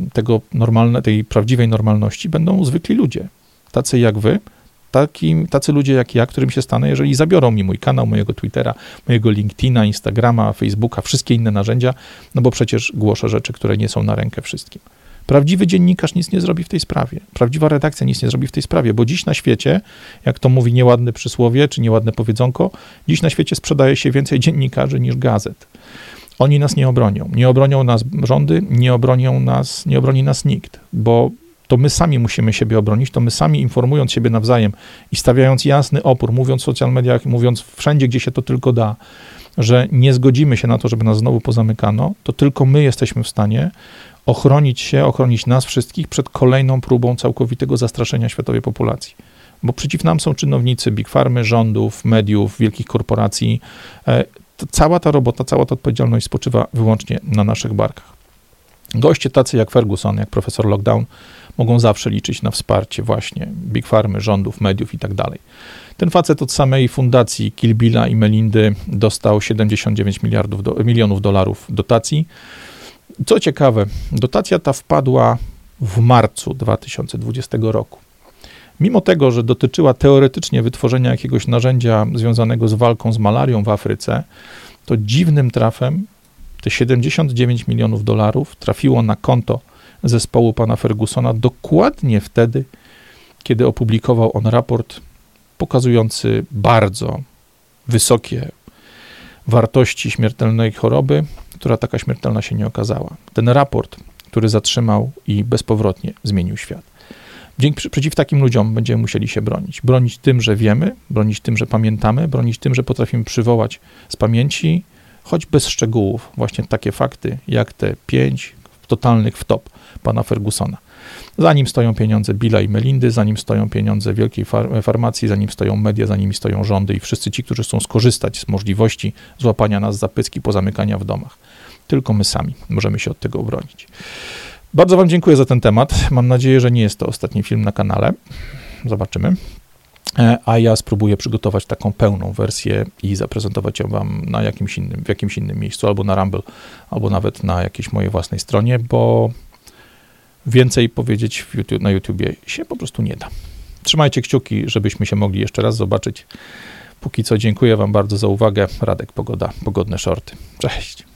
tej prawdziwej normalności będą zwykli ludzie, tacy jak wy, tacy ludzie jak ja, którym się stanę, jeżeli zabiorą mi mój kanał, mojego Twittera, mojego LinkedIna, Instagrama, Facebooka, wszystkie inne narzędzia, no bo przecież głoszę rzeczy, które nie są na rękę wszystkim. Prawdziwy dziennikarz nic nie zrobi w tej sprawie. Prawdziwa redakcja nic nie zrobi w tej sprawie, bo dziś na świecie, jak to mówi nieładne przysłowie, czy nieładne powiedzonko, dziś na świecie sprzedaje się więcej dziennikarzy niż gazet. Oni nas nie obronią. Nie obronią nas rządy, nie obroni nas nikt, bo to my sami musimy siebie obronić, to my sami informując siebie nawzajem i stawiając jasny opór, mówiąc w social mediach, mówiąc wszędzie, gdzie się to tylko da, że nie zgodzimy się na to, żeby nas znowu pozamykano, to tylko my jesteśmy w stanie ochronić nas wszystkich przed kolejną próbą całkowitego zastraszenia światowej populacji. bo przeciw nam są czynownicy Big Pharmy, rządów, mediów, wielkich korporacji. Cała ta robota, cała ta odpowiedzialność spoczywa wyłącznie na naszych barkach. Goście tacy jak Ferguson, jak profesor Lockdown mogą zawsze liczyć na wsparcie właśnie Big Pharmy, rządów, mediów i tak dalej. Ten facet od samej fundacji Kill Billa i Melindy dostał 79 milionów dolarów dotacji. Co ciekawe, dotacja ta wpadła w marcu 2020 roku. Mimo tego, że dotyczyła teoretycznie wytworzenia jakiegoś narzędzia związanego z walką z malarią w Afryce, to dziwnym trafem te 79 milionów dolarów trafiło na konto zespołu pana Fergusona dokładnie wtedy, kiedy opublikował on raport pokazujący bardzo wysokie wartości śmiertelnej choroby, która taka śmiertelna się nie okazała. Ten raport, który zatrzymał i bezpowrotnie zmienił świat. Przeciw takim ludziom będziemy musieli się bronić. Bronić tym, że wiemy, bronić tym, że pamiętamy, bronić tym, że potrafimy przywołać z pamięci, choć bez szczegółów, właśnie takie fakty, jak te 5 totalnych wtop pana Fergusona. Za nim stoją pieniądze Billa i Melindy, za nim stoją pieniądze wielkiej farmacji, za nim stoją media, za nimi stoją rządy i wszyscy ci, którzy chcą skorzystać z możliwości złapania nas za pyski, pozamykania w domach. Tylko my sami możemy się od tego obronić. Bardzo wam dziękuję za ten temat. Mam nadzieję, że nie jest to ostatni film na kanale. Zobaczymy. A ja spróbuję przygotować taką pełną wersję i zaprezentować ją wam w jakimś innym miejscu, albo na Rumble, albo nawet na jakiejś mojej własnej stronie, bo więcej powiedzieć na YouTubie się po prostu nie da. Trzymajcie kciuki, żebyśmy się mogli jeszcze raz zobaczyć. Póki co dziękuję wam bardzo za uwagę. Radek Pogoda, Pogodne Shorty. Cześć.